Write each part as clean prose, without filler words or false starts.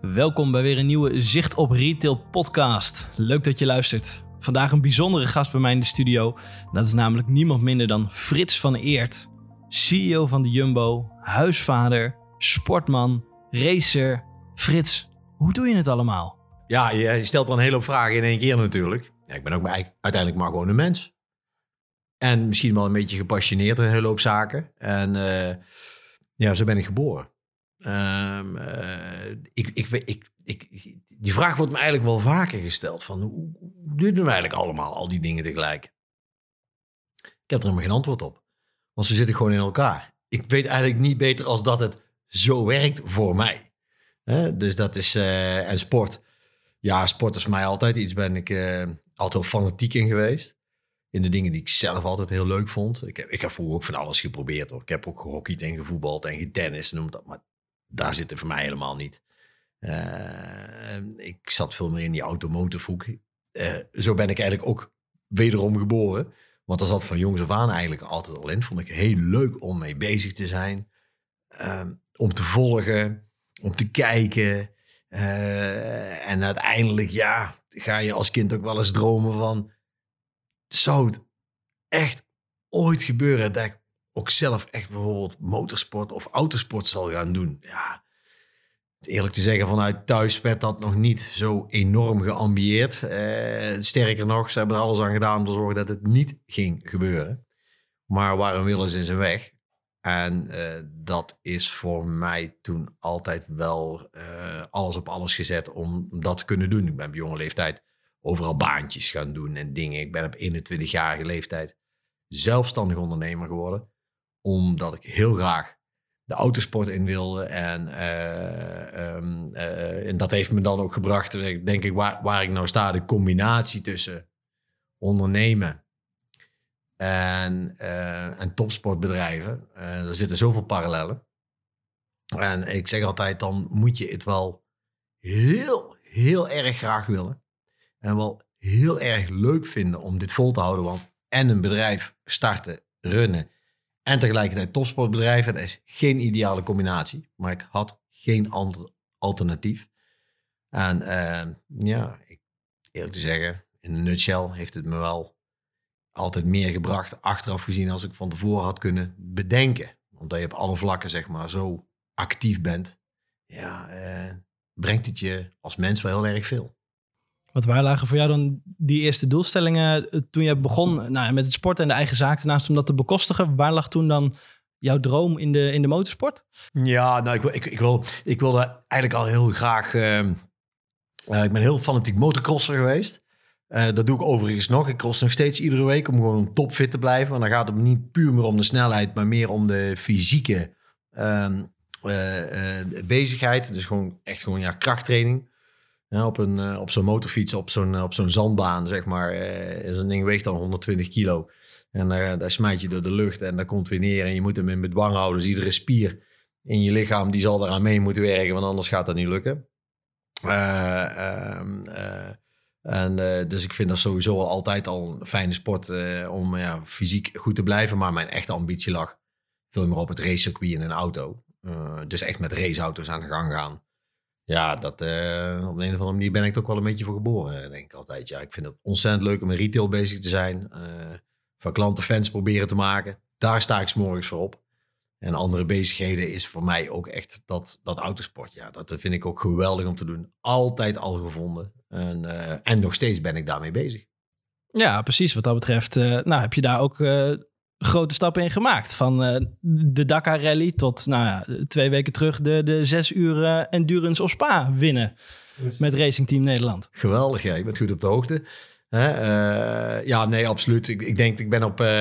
Welkom bij weer een nieuwe Zicht op Retail podcast. Leuk dat je luistert. Vandaag een bijzondere gast bij mij in de studio. Dat is namelijk niemand minder dan Frits van Eert. CEO van de Jumbo, huisvader, sportman, racer. Frits, hoe doe je het allemaal? Ja, je stelt dan een hele hoop vragen in één keer natuurlijk. Ja, ik ben ook uiteindelijk maar gewoon een mens. En misschien wel een beetje gepassioneerd in een hele hoop zaken. En zo ben ik geboren. Die vraag wordt me eigenlijk wel vaker gesteld. Van, hoe doen we eigenlijk allemaal al die dingen tegelijk? Ik heb er helemaal geen antwoord op. Want ze zitten gewoon in elkaar. Ik weet eigenlijk niet beter als dat het zo werkt voor mij. Dus dat is... en sport. Ja, sport is voor mij altijd iets. Ben ik altijd heel fanatiek in geweest. In de dingen die ik zelf altijd heel leuk vond. Ik heb vroeger ook van alles geprobeerd, hoor. Ik heb ook gehockeyd en gevoetbald en getennist. Noem dat, maar daar zit er voor mij helemaal niet. Ik zat veel meer in die automotive hoek. Zo ben ik eigenlijk ook wederom geboren. Want er zat van jongs af aan eigenlijk altijd al in. Vond ik heel leuk om mee bezig te zijn. Om te volgen. Om te kijken. En uiteindelijk, ga je als kind ook wel eens dromen van... Zou het echt ooit gebeuren dat ik ook zelf echt bijvoorbeeld motorsport of autosport zal gaan doen? Ja, eerlijk te zeggen, vanuit thuis werd dat nog niet zo enorm geambieerd. Sterker nog, ze hebben er alles aan gedaan om te zorgen dat het niet ging gebeuren. Maar waar een wil is in zijn weg. En dat is voor mij toen altijd wel alles op alles gezet om dat te kunnen doen. Ik ben op jonge leeftijd overal baantjes gaan doen en dingen. Ik ben op 21-jarige leeftijd zelfstandig ondernemer geworden. Omdat ik heel graag de autosport in wilde. En dat heeft me dan ook gebracht, denk ik, waar ik nou sta. De combinatie tussen ondernemen en topsportbedrijven. Er zitten zoveel parallellen. En ik zeg altijd, dan moet je het wel heel, heel erg graag willen. En wel heel erg leuk vinden om dit vol te houden. Want en een bedrijf starten, runnen en tegelijkertijd topsportbedrijven. Dat is geen ideale combinatie. Maar ik had geen alternatief. En eerlijk te zeggen, in een nutshell heeft het me wel altijd meer gebracht. Achteraf gezien als ik van tevoren had kunnen bedenken. Omdat je op alle vlakken zeg maar zo actief bent. Brengt het je als mens wel heel erg veel. Wat waar lagen voor jou dan die eerste doelstellingen toen je begon met het sporten en de eigen zaak daarnaast om dat te bekostigen? Waar lag toen dan jouw droom in de motorsport? Ja, nou, ik wilde eigenlijk al heel graag... ik ben heel fanatiek motocrosser geweest. Dat doe ik overigens nog. Ik cross nog steeds iedere week om gewoon topfit te blijven. Want dan gaat het niet puur meer om de snelheid, maar meer om de fysieke bezigheid. Dus gewoon krachttraining. Ja, op zo'n motorfiets, op zo'n zandbaan, zeg maar. Zo'n ding weegt dan 120 kilo. En daar smijt je door de lucht en dat komt weer neer. En je moet hem in bedwang houden. Dus iedere spier in je lichaam, die zal daaraan mee moeten werken. Want anders gaat dat niet lukken. Dus ik vind dat sowieso altijd al een fijne sport om fysiek goed te blijven. Maar mijn echte ambitie lag veel meer op het racecircuit in een auto. Dus echt met raceauto's aan de gang gaan. Ja, dat op een of andere manier ben ik er ook wel een beetje voor geboren, denk ik altijd. Ja, ik vind het ontzettend leuk om in retail bezig te zijn. Van klanten fans proberen te maken. Daar sta ik 's morgens voor op. En andere bezigheden is voor mij ook echt dat autosport. Ja, dat vind ik ook geweldig om te doen. Altijd al gevonden. En nog steeds ben ik daarmee bezig. Ja, precies. Wat dat betreft heb je daar ook grote stappen in gemaakt. Van de Dakar Rally tot 2 weken terug de 6 uur endurance op Spa winnen. Met Racing Team Nederland. Geweldig, ja. Je bent goed op de hoogte. Nee, absoluut. Ik denk, ik ben op...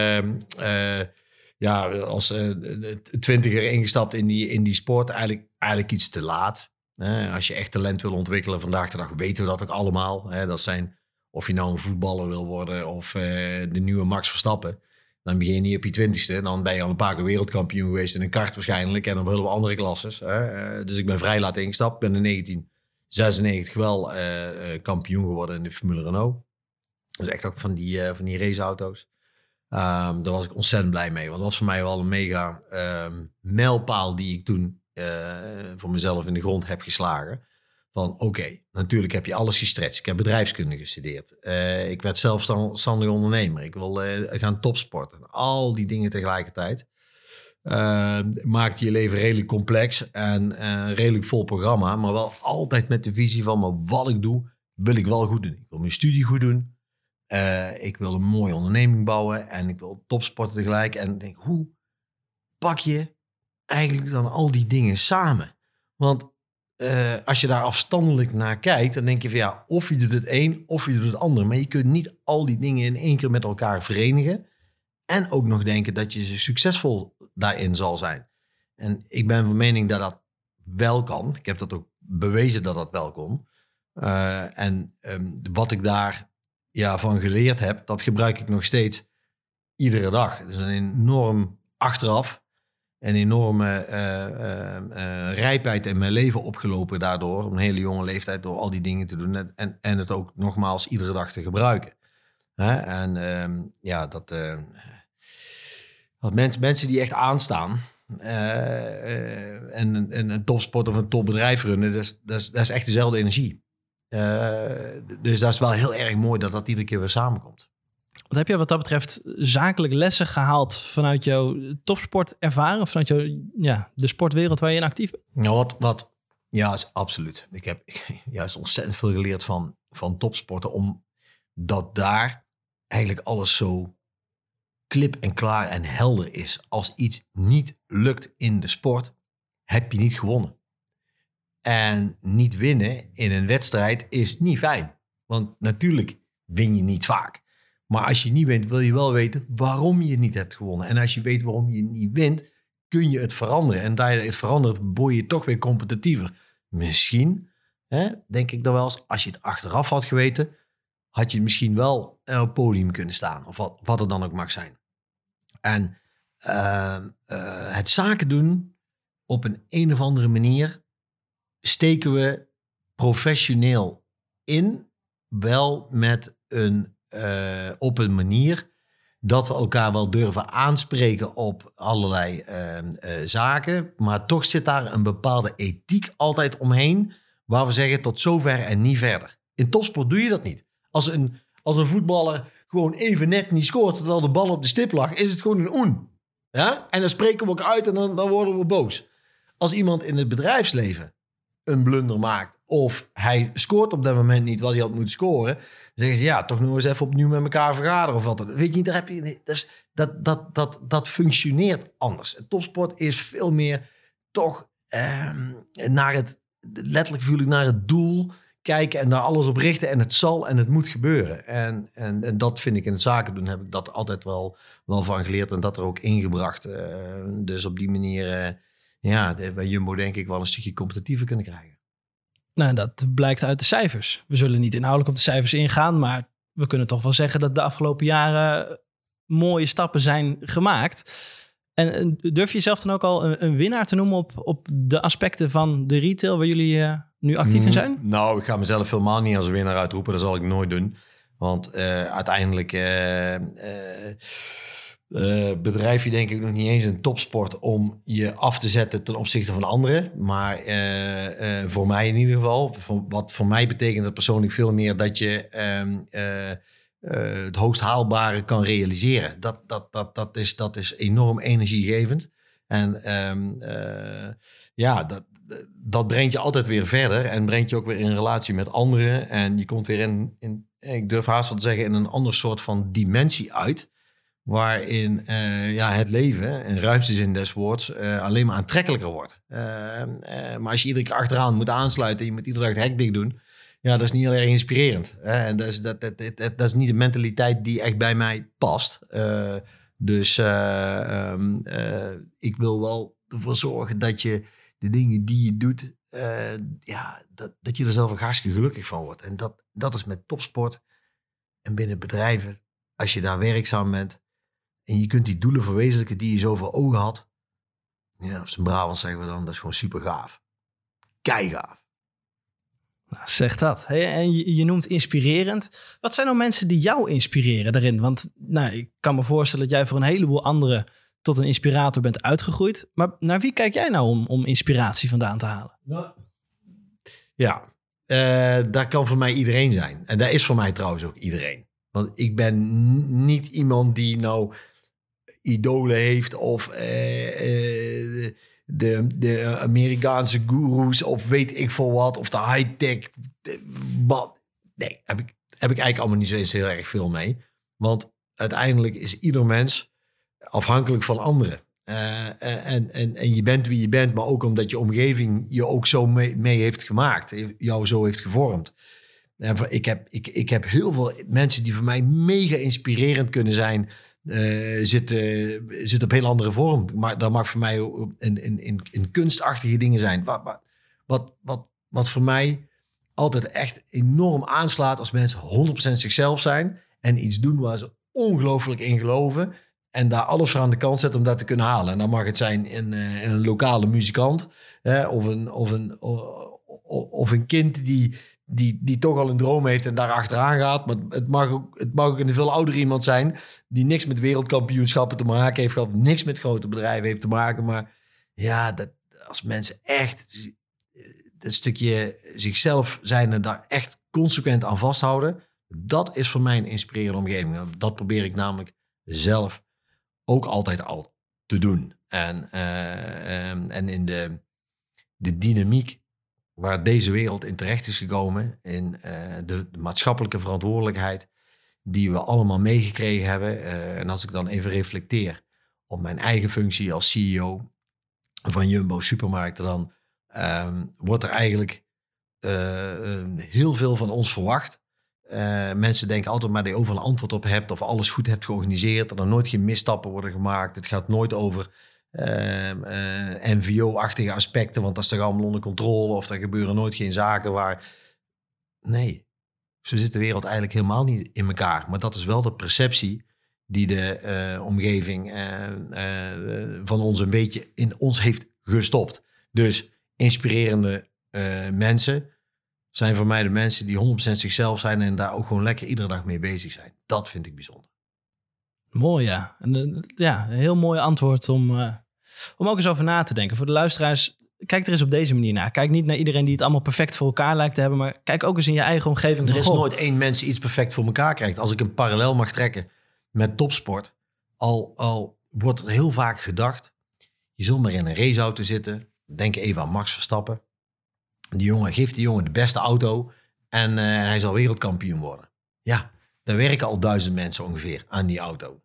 als 20er ingestapt in die sport. Eigenlijk iets te laat. Als je echt talent wil ontwikkelen vandaag de dag, weten we dat ook allemaal. Dat zijn, of je nou een voetballer wil worden of de nieuwe Max Verstappen. Dan begin je niet op je 20ste. Dan ben je al een paar keer wereldkampioen geweest in een kart waarschijnlijk. En op heel veel andere klasses. Dus ik ben vrij laat ingestapt. Ben in 1996 wel kampioen geworden in de Formule Renault. Dus echt ook van die raceauto's. Daar was ik ontzettend blij mee. Want dat was voor mij wel een mega mijlpaal die ik toen voor mezelf in de grond heb geslagen. Van oké, natuurlijk heb je alles gestretched. Ik heb bedrijfskunde gestudeerd. Ik werd zelfstandig ondernemer. Ik wil gaan topsporten. Al die dingen tegelijkertijd. Maakt je leven redelijk complex en redelijk vol programma. Maar wel altijd met de visie van, maar wat ik doe, wil ik wel goed doen. Ik wil mijn studie goed doen. Ik wil een mooie onderneming bouwen. En ik wil topsporten tegelijk. En ik denk, hoe pak je eigenlijk dan al die dingen samen? Want als je daar afstandelijk naar kijkt, dan denk je van ja, of je doet het een of je doet het ander. Maar je kunt niet al die dingen in één keer met elkaar verenigen. En ook nog denken dat je succesvol daarin zal zijn. En ik ben van mening dat dat wel kan. Ik heb dat ook bewezen dat dat wel kon. Wat ik daar van geleerd heb, dat gebruik ik nog steeds iedere dag. Dus een enorm achteraf. Een enorme rijpheid in mijn leven opgelopen daardoor. Op een hele jonge leeftijd door al die dingen te doen. En het ook nogmaals iedere dag te gebruiken. Mensen die echt aanstaan. En een topsport of een topbedrijf runnen. Dat is echt dezelfde energie. Dus dat is wel heel erg mooi dat iedere keer weer samenkomt. Wat heb je wat dat betreft zakelijk lessen gehaald vanuit jouw topsportervaring of vanuit de sportwereld waar je in actief bent? Nou, ja, absoluut. Ik heb juist ontzettend veel geleerd van topsporten, omdat daar eigenlijk alles zo klip en klaar en helder is. Als iets niet lukt in de sport, heb je niet gewonnen. En niet winnen in een wedstrijd is niet fijn. Want natuurlijk win je niet vaak. Maar als je niet wint, wil je wel weten waarom je niet hebt gewonnen. En als je weet waarom je niet wint, kun je het veranderen. En daar je het verandert, word je toch weer competitiever. Misschien, denk ik dan wel eens, als je het achteraf had geweten, had je misschien wel op het podium kunnen staan. Of wat het dan ook mag zijn. En het zaken doen op een of andere manier steken we professioneel in. Wel met op een manier dat we elkaar wel durven aanspreken op allerlei zaken. Maar toch zit daar een bepaalde ethiek altijd omheen, waar we zeggen tot zover en niet verder. In topsport doe je dat niet. Als een voetballer gewoon even net niet scoort terwijl de bal op de stip lag, is het gewoon een oen. Ja? En dan spreken we elkaar uit en dan worden we boos. Als iemand in het bedrijfsleven een blunder maakt of hij scoort op dat moment niet wat hij had moeten scoren, dan zeggen ze ja, toch nog eens even opnieuw met elkaar vergaderen of wat dan. Weet je, daar heb je dat functioneert anders. En topsport is veel meer toch naar het letterlijk figuurlijk naar het doel kijken en daar alles op richten en het zal en het moet gebeuren. En dat vind ik in het zaken doen, heb ik dat altijd wel van geleerd en dat er ook ingebracht. Dus op die manier bij Jumbo denk ik wel een stukje competitiever kunnen krijgen. Nou, dat blijkt uit de cijfers. We zullen niet inhoudelijk op de cijfers ingaan, maar we kunnen toch wel zeggen dat de afgelopen jaren mooie stappen zijn gemaakt. En durf je jezelf dan ook al een winnaar te noemen op de aspecten van de retail waar jullie nu actief in zijn? Nou, ik ga mezelf helemaal niet als een winnaar uitroepen. Dat zal ik nooit doen. Want uiteindelijk bedrijf je denk ik nog niet eens een topsport om je af te zetten ten opzichte van anderen. Maar voor mij in ieder geval, wat voor mij betekent dat persoonlijk veel meer dat je het hoogst haalbare kan realiseren. Dat is enorm energiegevend. En dat brengt je altijd weer verder en brengt je ook weer in relatie met anderen. En je komt weer in ik durf haast wel te zeggen, in een ander soort van dimensie uit. Waarin het leven, in ruimste zin des woords, alleen maar aantrekkelijker wordt. Maar als je iedere keer achteraan moet aansluiten en je moet iedere dag het hek dicht doen, ja, dat is niet heel erg inspirerend. En dat is niet de mentaliteit die echt bij mij past. Ik wil wel ervoor zorgen dat je de dingen die je doet, dat je er zelf ook hartstikke gelukkig van wordt. En dat is met topsport en binnen bedrijven, als je daar werkzaam bent en je kunt die doelen verwezenlijken die je zo voor ogen had. Ja, op zijn Brabant zeggen we dan, dat is gewoon super gaaf. Keigaaf. Nou, zeg dat. Hey, en je noemt inspirerend. Wat zijn nou mensen die jou inspireren daarin? Want ik kan me voorstellen dat jij voor een heleboel anderen tot een inspirator bent uitgegroeid. Maar naar wie kijk jij nou om inspiratie vandaan te halen? Ja, daar kan voor mij iedereen zijn. En daar is voor mij trouwens ook iedereen. Want ik ben niet iemand die nou idolen heeft of de Amerikaanse goeroes of weet ik veel wat. Of de high-tech. Nee, heb ik eigenlijk allemaal niet zo eens heel erg veel mee. Want uiteindelijk is ieder mens afhankelijk van anderen. En je bent wie je bent, maar ook omdat je omgeving je ook zo mee heeft gemaakt. Jou zo heeft gevormd. En ik heb heel veel mensen die voor mij mega inspirerend kunnen zijn. Zit op heel andere vorm. Maar dat mag voor mij in kunstachtige dingen zijn. Wat voor mij altijd echt enorm aanslaat als mensen 100% zichzelf zijn. En iets doen waar ze ongelooflijk in geloven. En daar alles voor aan de kant zetten om dat te kunnen halen. En dan mag het zijn in een lokale muzikant. Of een kind die toch al een droom heeft en daar achteraan gaat. Maar het mag ook een veel ouder iemand zijn die niks met wereldkampioenschappen te maken heeft gehad. Niks met grote bedrijven heeft te maken. Maar ja, als mensen echt dat stukje zichzelf zijn en daar echt consequent aan vasthouden. Dat is voor mij een inspirerende omgeving. Dat probeer ik namelijk zelf ook altijd al te doen. En in de dynamiek waar deze wereld in terecht is gekomen, in de maatschappelijke verantwoordelijkheid die we allemaal meegekregen hebben. En als ik dan even reflecteer op mijn eigen functie als CEO van Jumbo Supermarkten, dan wordt er eigenlijk heel veel van ons verwacht. Mensen denken altijd maar dat je overal een antwoord op hebt of alles goed hebt georganiseerd. Dat er nooit geen misstappen worden gemaakt. Het gaat nooit over NVO-achtige aspecten, want dat is toch allemaal onder controle of er gebeuren nooit geen zaken waar... Nee, zo zit de wereld eigenlijk helemaal niet in elkaar. Maar dat is wel de perceptie die de omgeving van ons een beetje in ons heeft gestopt. Dus inspirerende mensen zijn voor mij de mensen die 100% zichzelf zijn en daar ook gewoon lekker iedere dag mee bezig zijn. Dat vind ik bijzonder. Mooi, ja. En, ja, een heel mooi antwoord om ook eens over na te denken. Voor de luisteraars, kijk er eens op deze manier naar. Kijk niet naar iedereen die het allemaal perfect voor elkaar lijkt te hebben, maar kijk ook eens in je eigen omgeving. Er is nooit één mens die iets perfect voor elkaar krijgt. Als ik een parallel mag trekken met topsport, al wordt er heel vaak gedacht, je zult maar in een raceauto zitten. Denk even aan Max Verstappen. Geeft die jongen de beste auto en hij zal wereldkampioen worden. Ja, daar werken al 1000 mensen ongeveer aan die auto.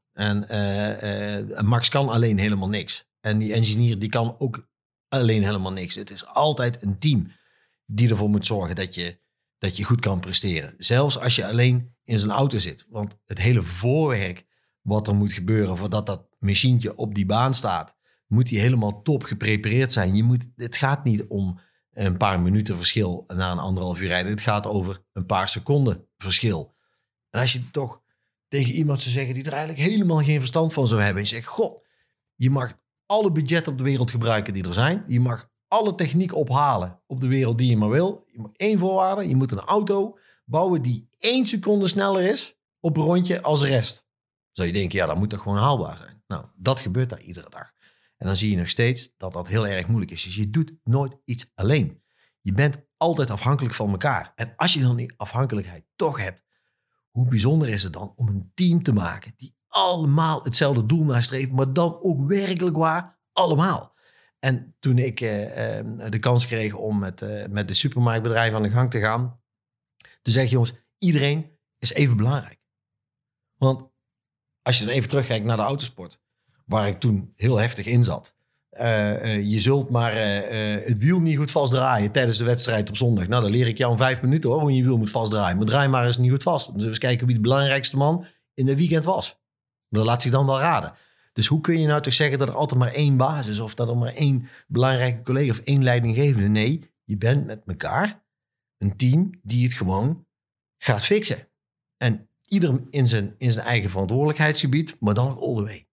En Max kan alleen helemaal niks. En die engineer die kan ook alleen helemaal niks. Het is altijd een team die ervoor moet zorgen dat je goed kan presteren. Zelfs als je alleen in zijn auto zit. Want het hele voorwerk wat er moet gebeuren voordat dat machientje op die baan staat, moet die helemaal top geprepareerd zijn. Het gaat niet om een paar minuten verschil na een 1,5 uur rijden. Het gaat over een paar seconden verschil. En als je toch tegen iemand zou zeggen die er eigenlijk helemaal geen verstand van zou hebben en je zegt, god, je mag alle budget op de wereld gebruiken die er zijn. Je mag alle techniek ophalen op de wereld die je maar wil. Je moet 1 voorwaarde, je moet een auto bouwen die 1 seconde sneller is op een rondje als de rest. Zou je denken, ja, dat moet toch gewoon haalbaar zijn. Nou, dat gebeurt daar iedere dag. En dan zie je nog steeds dat dat heel erg moeilijk is. Dus je doet nooit iets alleen. Je bent altijd afhankelijk van elkaar. En als je dan die afhankelijkheid toch hebt, hoe bijzonder is het dan om een team te maken die allemaal hetzelfde doel nastreven, maar dan ook werkelijk waar allemaal. En toen ik de kans kreeg om met de supermarktbedrijven aan de gang te gaan, toen zeg je, jongens, iedereen is even belangrijk. Want als je dan even terugkijkt naar de autosport, waar ik toen heel heftig in zat. Je zult maar het wiel niet goed vastdraaien tijdens de wedstrijd op zondag. Nou, dan leer ik jou in 5 minuten hoor, hoe je wiel moet vastdraaien. Maar draai maar eens niet goed vast. Dan zullen we eens kijken wie de belangrijkste man in het weekend was. Dat laat zich dan wel raden. Dus hoe kun je nou toch zeggen dat er altijd maar 1 baas is, of dat er maar 1 belangrijke collega of 1 leidinggevende? Nee, je bent met elkaar een team die het gewoon gaat fixen. En ieder in zijn eigen verantwoordelijkheidsgebied, maar dan ook all the way.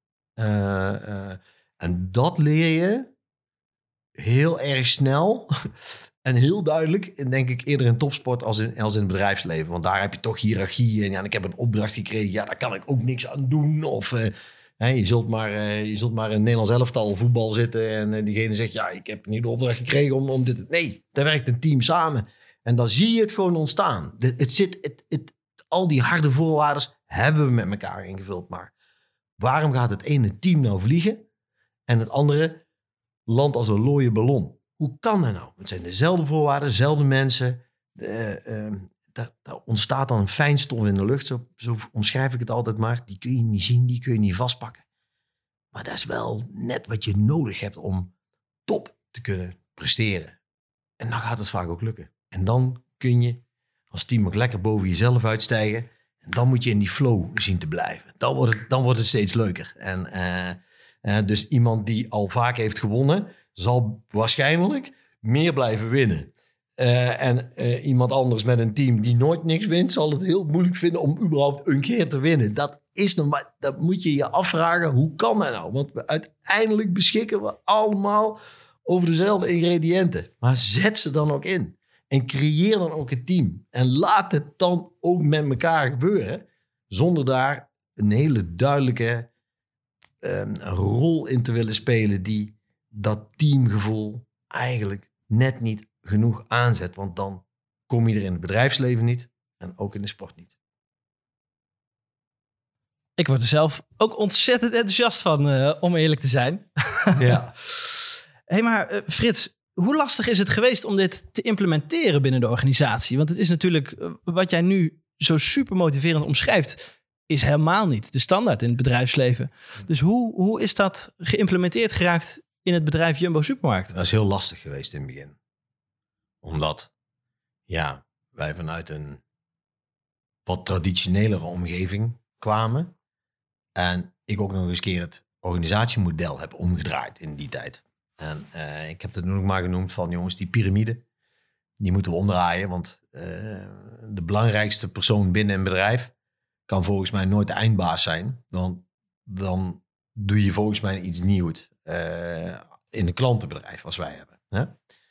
En dat leer je heel erg snel en heel duidelijk, denk ik, eerder in topsport als in het bedrijfsleven. Want daar heb je toch hiërarchie en ik heb een opdracht gekregen, ja, daar kan ik ook niks aan doen. Of je zult maar een Nederlands elftal voetbal zitten en diegene zegt, ja, ik heb niet de opdracht gekregen om dit. Nee, daar werkt een team samen. En dan zie je het gewoon ontstaan. Al die harde voorwaarden hebben we met elkaar ingevuld. Maar waarom gaat het ene team nou vliegen en het andere landt als een looie ballon? Hoe kan dat nou? Het zijn dezelfde voorwaarden, dezelfde mensen. Daar ontstaat dan een fijnstof in de lucht. Zo omschrijf ik het altijd maar. Die kun je niet zien, die kun je niet vastpakken. Maar dat is wel net wat je nodig hebt om top te kunnen presteren. En dan gaat het vaak ook lukken. En dan kun je als team ook lekker boven jezelf uitstijgen. En dan moet je in die flow zien te blijven. Dan wordt het steeds leuker. En dus iemand die al vaak heeft gewonnen, zal waarschijnlijk meer blijven winnen. Iemand anders met een team die nooit niks wint, zal het heel moeilijk vinden om überhaupt een keer te winnen. Dat moet je je afvragen, hoe kan dat nou? Want uiteindelijk beschikken we allemaal over dezelfde ingrediënten. Maar zet ze dan ook in. En creëer dan ook een team. En laat het dan ook met elkaar gebeuren. Zonder daar een hele duidelijke rol in te willen spelen die dat teamgevoel eigenlijk net niet genoeg aanzet. Want dan kom je er in het bedrijfsleven niet en ook in de sport niet. Ik word er zelf ook ontzettend enthousiast van, om eerlijk te zijn. Ja. Hey, maar Frits, hoe lastig is het geweest om dit te implementeren binnen de organisatie? Want het is natuurlijk, wat jij nu zo super motiverend omschrijft, is helemaal niet de standaard in het bedrijfsleven. Dus hoe is dat geïmplementeerd geraakt in het bedrijf Jumbo Supermarkt? Dat is heel lastig geweest in het begin. Omdat wij vanuit een wat traditionelere omgeving kwamen. En ik ook nog eens keer het organisatiemodel heb omgedraaid in die tijd. En ik heb het nu nog maar genoemd van jongens, die piramide, die moeten we omdraaien. Want de belangrijkste persoon binnen een bedrijf kan volgens mij nooit de eindbaas zijn. Dan doe je volgens mij iets nieuws in een klantenbedrijf als wij hebben. Hè?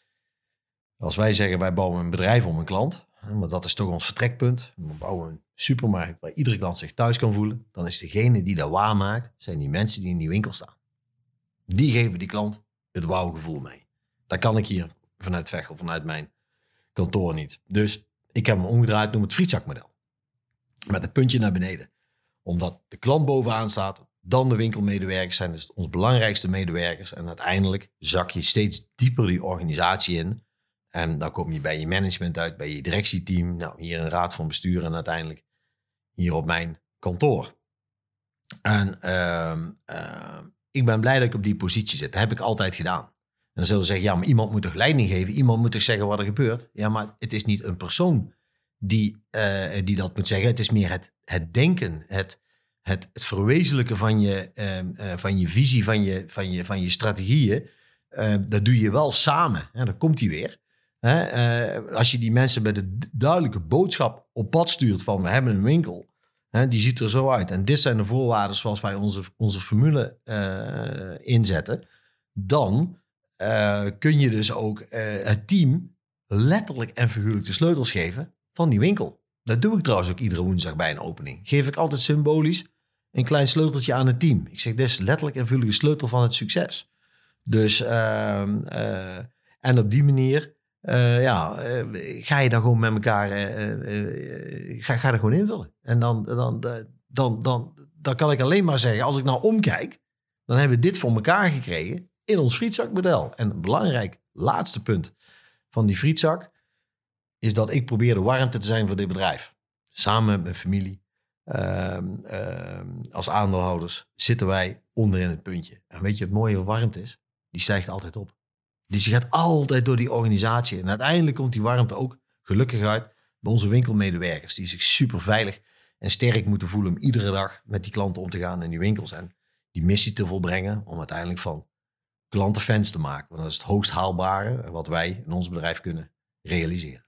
Als wij zeggen wij bouwen een bedrijf om een klant, maar dat is toch ons vertrekpunt. We bouwen een supermarkt waar iedere klant zich thuis kan voelen. Dan is degene die dat waarmaakt, zijn die mensen die in die winkel staan. Die geven die klant het wauwgevoel mee. Dat kan ik hier vanuit Veghel, vanuit mijn kantoor niet. Dus ik heb hem omgedraaid, noem het frietzakmodel. Met een puntje naar beneden. Omdat de klant bovenaan staat, dan de winkelmedewerkers zijn dus onze belangrijkste medewerkers. En uiteindelijk zak je steeds dieper die organisatie in. En dan kom je bij je management uit, bij je directieteam. Nou, hier een raad van bestuur en uiteindelijk hier op mijn kantoor. En ik ben blij dat ik op die positie zit. Dat heb ik altijd gedaan. En dan zullen ze zeggen, ja, maar iemand moet toch leiding geven? Iemand moet toch zeggen wat er gebeurt? Ja, maar het is niet een persoon die dat moet zeggen. Het is meer het denken, het verwezenlijken van je visie, van je strategieën. Dat doe je wel samen. Hè? Dan komt hij weer. Als je die mensen met een duidelijke boodschap op pad stuurt van we hebben een winkel. Die ziet er zo uit. En dit zijn de voorwaarden zoals wij onze formule inzetten. Dan kun je dus ook het team letterlijk en figuurlijk de sleutels geven van die winkel. Dat doe ik trouwens ook iedere woensdag bij een opening. Geef ik altijd symbolisch een klein sleuteltje aan het team. Ik zeg, dit is letterlijk en figuurlijk de sleutel van het succes. Dus en op die manier ga je dan gewoon met elkaar ga er gewoon invullen. En dan kan ik alleen maar zeggen, als ik nou omkijk, dan hebben we dit voor elkaar gekregen in ons frietzakmodel. En een belangrijk laatste punt van die frietzak is dat ik probeer de warmte te zijn voor dit bedrijf. Samen met mijn familie, als aandeelhouders, zitten wij onder in het puntje. En weet je wat mooie warmte is? Die stijgt altijd op. Dus die gaat altijd door die organisatie. En uiteindelijk komt die warmte ook gelukkig uit bij onze winkelmedewerkers. Die zich super veilig en sterk moeten voelen om iedere dag met die klanten om te gaan in die winkels. En die missie te volbrengen om uiteindelijk van klanten fans te maken. Want dat is het hoogst haalbare wat wij in ons bedrijf kunnen realiseren.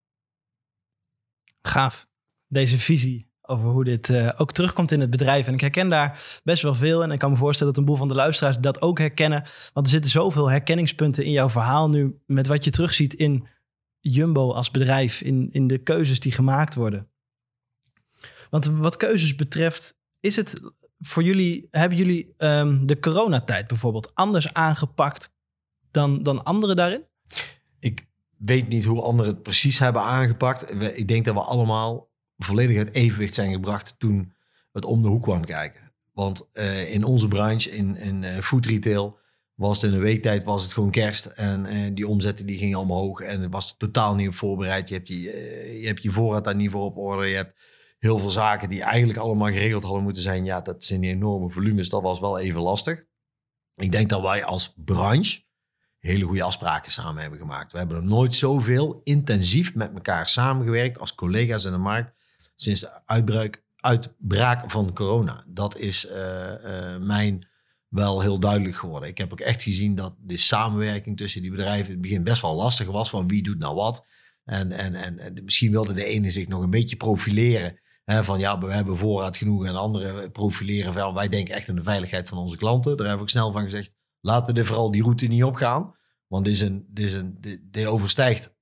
Gaaf. Deze visie over hoe dit ook terugkomt in het bedrijf. En ik herken daar best wel veel. En ik kan me voorstellen dat een boel van de luisteraars dat ook herkennen. Want er zitten zoveel herkenningspunten in jouw verhaal nu met wat je terugziet in Jumbo als bedrijf. In de keuzes die gemaakt worden. Want wat keuzes betreft, is het voor jullie, hebben jullie de coronatijd bijvoorbeeld anders aangepakt dan anderen daarin? weet niet hoe anderen het precies hebben aangepakt. Ik denk dat we allemaal volledig uit evenwicht zijn gebracht toen het om de hoek kwam kijken. Want in onze branche, in food retail, was het in een week tijd was het gewoon kerst. En die omzetten die gingen omhoog. En het was totaal niet op voorbereid. Je hebt je voorraad daar niet voor op orde. Je hebt heel veel zaken die eigenlijk allemaal geregeld hadden moeten zijn. Ja, dat zijn enorme volumes. Dat was wel even lastig. Ik denk dat wij als branche hele goede afspraken samen hebben gemaakt. We hebben er nooit zoveel intensief met elkaar samengewerkt als collega's in de markt sinds de uitbraak van corona. Dat is mijn wel heel duidelijk geworden. Ik heb ook echt gezien dat de samenwerking tussen die bedrijven in het begin best wel lastig was, van wie doet nou wat. En misschien wilde de ene zich nog een beetje profileren. Hè, van ja, we hebben voorraad genoeg, en de andere profileren van wij denken echt aan de veiligheid van onze klanten. Daar heb ik snel van gezegd, laten we vooral die route niet opgaan. Want dit overstijgt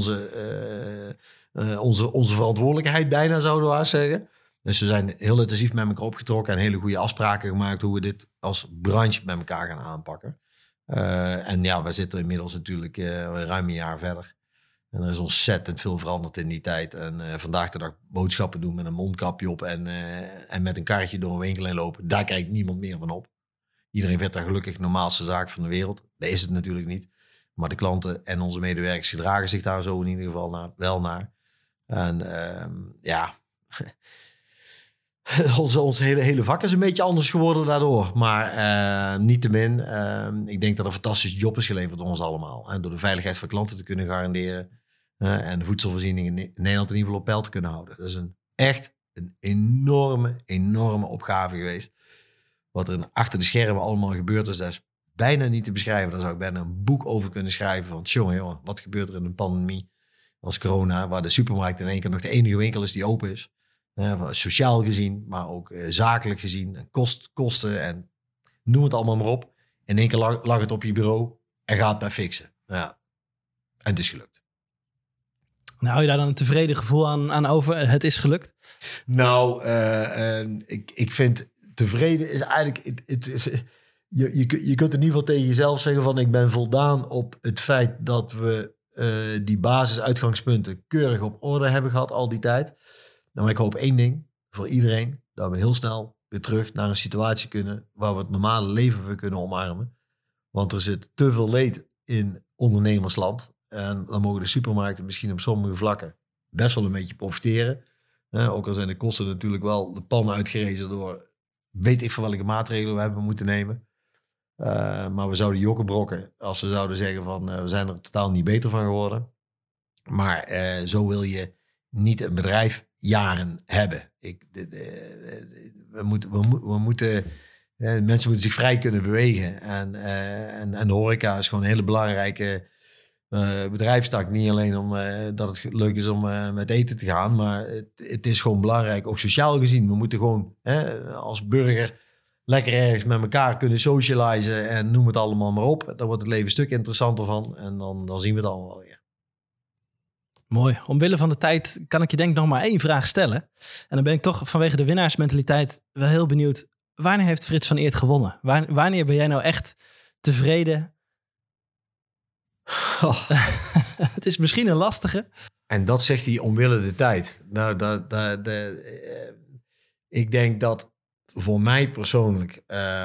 onze verantwoordelijkheid bijna, zouden we haast zeggen. Dus we zijn heel intensief met elkaar opgetrokken en hele goede afspraken gemaakt hoe we dit als branche met elkaar gaan aanpakken. En ja, we zitten inmiddels natuurlijk ruim een jaar verder. En er is ontzettend veel veranderd in die tijd. En vandaag de dag boodschappen doen met een mondkapje op en met een karretje door een winkel heen lopen. Daar kijkt niemand meer van op. Iedereen vindt dat gelukkig de normaalste zaak van de wereld. Dat is het natuurlijk niet. Maar de klanten en onze medewerkers gedragen zich daar zo in ieder geval wel naar. En ja, ons hele vak is een beetje anders geworden daardoor. Maar niettemin, ik denk dat een fantastische job is geleverd door ons allemaal. En door de veiligheid van klanten te kunnen garanderen. En de voedselvoorziening in Nederland in ieder geval op peil te kunnen houden. Dat is echt een enorme opgave geweest. Wat er achter de schermen allemaal gebeurd is, dat is bijna niet te beschrijven. Daar zou ik bijna een boek over kunnen schrijven. Van jongen, wat gebeurt er in een pandemie als corona, waar de supermarkt in één keer nog de enige winkel is die open is. Sociaal gezien, maar ook zakelijk gezien. Kosten en noem het allemaal maar op. In één keer lag het op je bureau en gaat het fixen. Ja. En het is gelukt. Nou, hou je daar dan een tevreden gevoel aan over? Het is gelukt? Nou, ik vind tevreden is eigenlijk... Je kunt in ieder geval tegen jezelf zeggen van ik ben voldaan op het feit dat we die basisuitgangspunten keurig op orde hebben gehad al die tijd. Maar ik hoop één ding voor iedereen, dat we heel snel weer terug naar een situatie kunnen waar we het normale leven weer kunnen omarmen. Want er zit te veel leed in ondernemersland. En dan mogen de supermarkten misschien op sommige vlakken best wel een beetje profiteren. Ook al zijn de kosten natuurlijk wel de pan uitgerezen door weet ik van welke maatregelen we hebben moeten nemen. Maar we zouden jokkenbrokken als we zouden zeggen van we zijn er totaal niet beter van geworden. Maar zo wil je niet een bedrijf jaren hebben. Mensen moeten zich vrij kunnen bewegen. En de horeca is gewoon een hele belangrijke bedrijfstak. Niet alleen omdat het leuk is om met eten te gaan, maar het is gewoon belangrijk, ook sociaal gezien. We moeten gewoon als burger lekker ergens met elkaar kunnen socializen en noem het allemaal maar op. Daar wordt het leven een stuk interessanter van. En dan zien we het allemaal weer. Mooi. Omwille van de tijd kan ik je denk ik nog maar één vraag stellen. En dan ben ik toch vanwege de winnaarsmentaliteit wel heel benieuwd. Wanneer heeft Frits van Eert gewonnen? Wanneer ben jij nou echt tevreden? Oh. Het is misschien een lastige. En dat zegt hij omwille de tijd. Nou, ik denk dat voor mij persoonlijk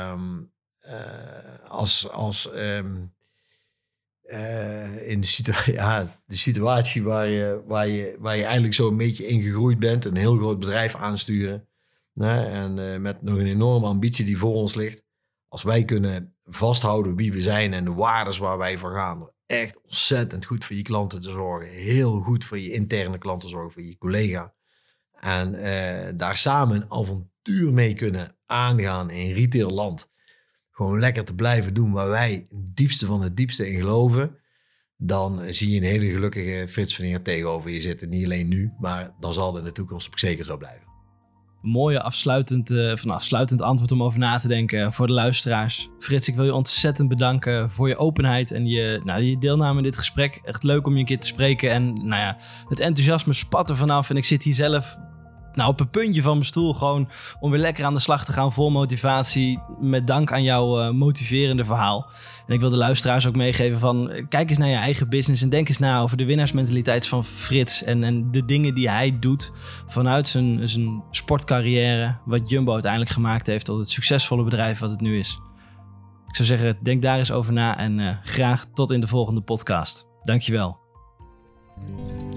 in de situatie waar je eigenlijk zo een beetje in gegroeid bent, een heel groot bedrijf aansturen en met nog een enorme ambitie die voor ons ligt. Als wij kunnen vasthouden wie we zijn en de waardes waar wij voor gaan, door echt ontzettend goed voor je klanten te zorgen, heel goed voor je interne klanten te zorgen, voor je collega. En daar samen een avontuur mee kunnen aangaan in retailland. Gewoon lekker te blijven doen waar wij het diepste van het diepste in geloven. Dan zie je een hele gelukkige Frits van Eert tegenover je zitten. Niet alleen nu, maar dan zal het in de toekomst ook zeker zo blijven. Mooie afsluitend antwoord om over na te denken voor de luisteraars. Frits, ik wil je ontzettend bedanken voor je openheid en je deelname in dit gesprek. Echt leuk om je een keer te spreken. En het enthousiasme spat er vanaf. En ik zit hier zelf op een puntje van mijn stoel gewoon om weer lekker aan de slag te gaan vol motivatie. Met dank aan jouw motiverende verhaal. En ik wil de luisteraars ook meegeven van kijk eens naar je eigen business en denk eens na over de winnaarsmentaliteit van Frits. En de dingen die hij doet vanuit zijn sportcarrière. Wat Jumbo uiteindelijk gemaakt heeft tot het succesvolle bedrijf wat het nu is. Ik zou zeggen, denk daar eens over na en graag tot in de volgende podcast. Dankjewel.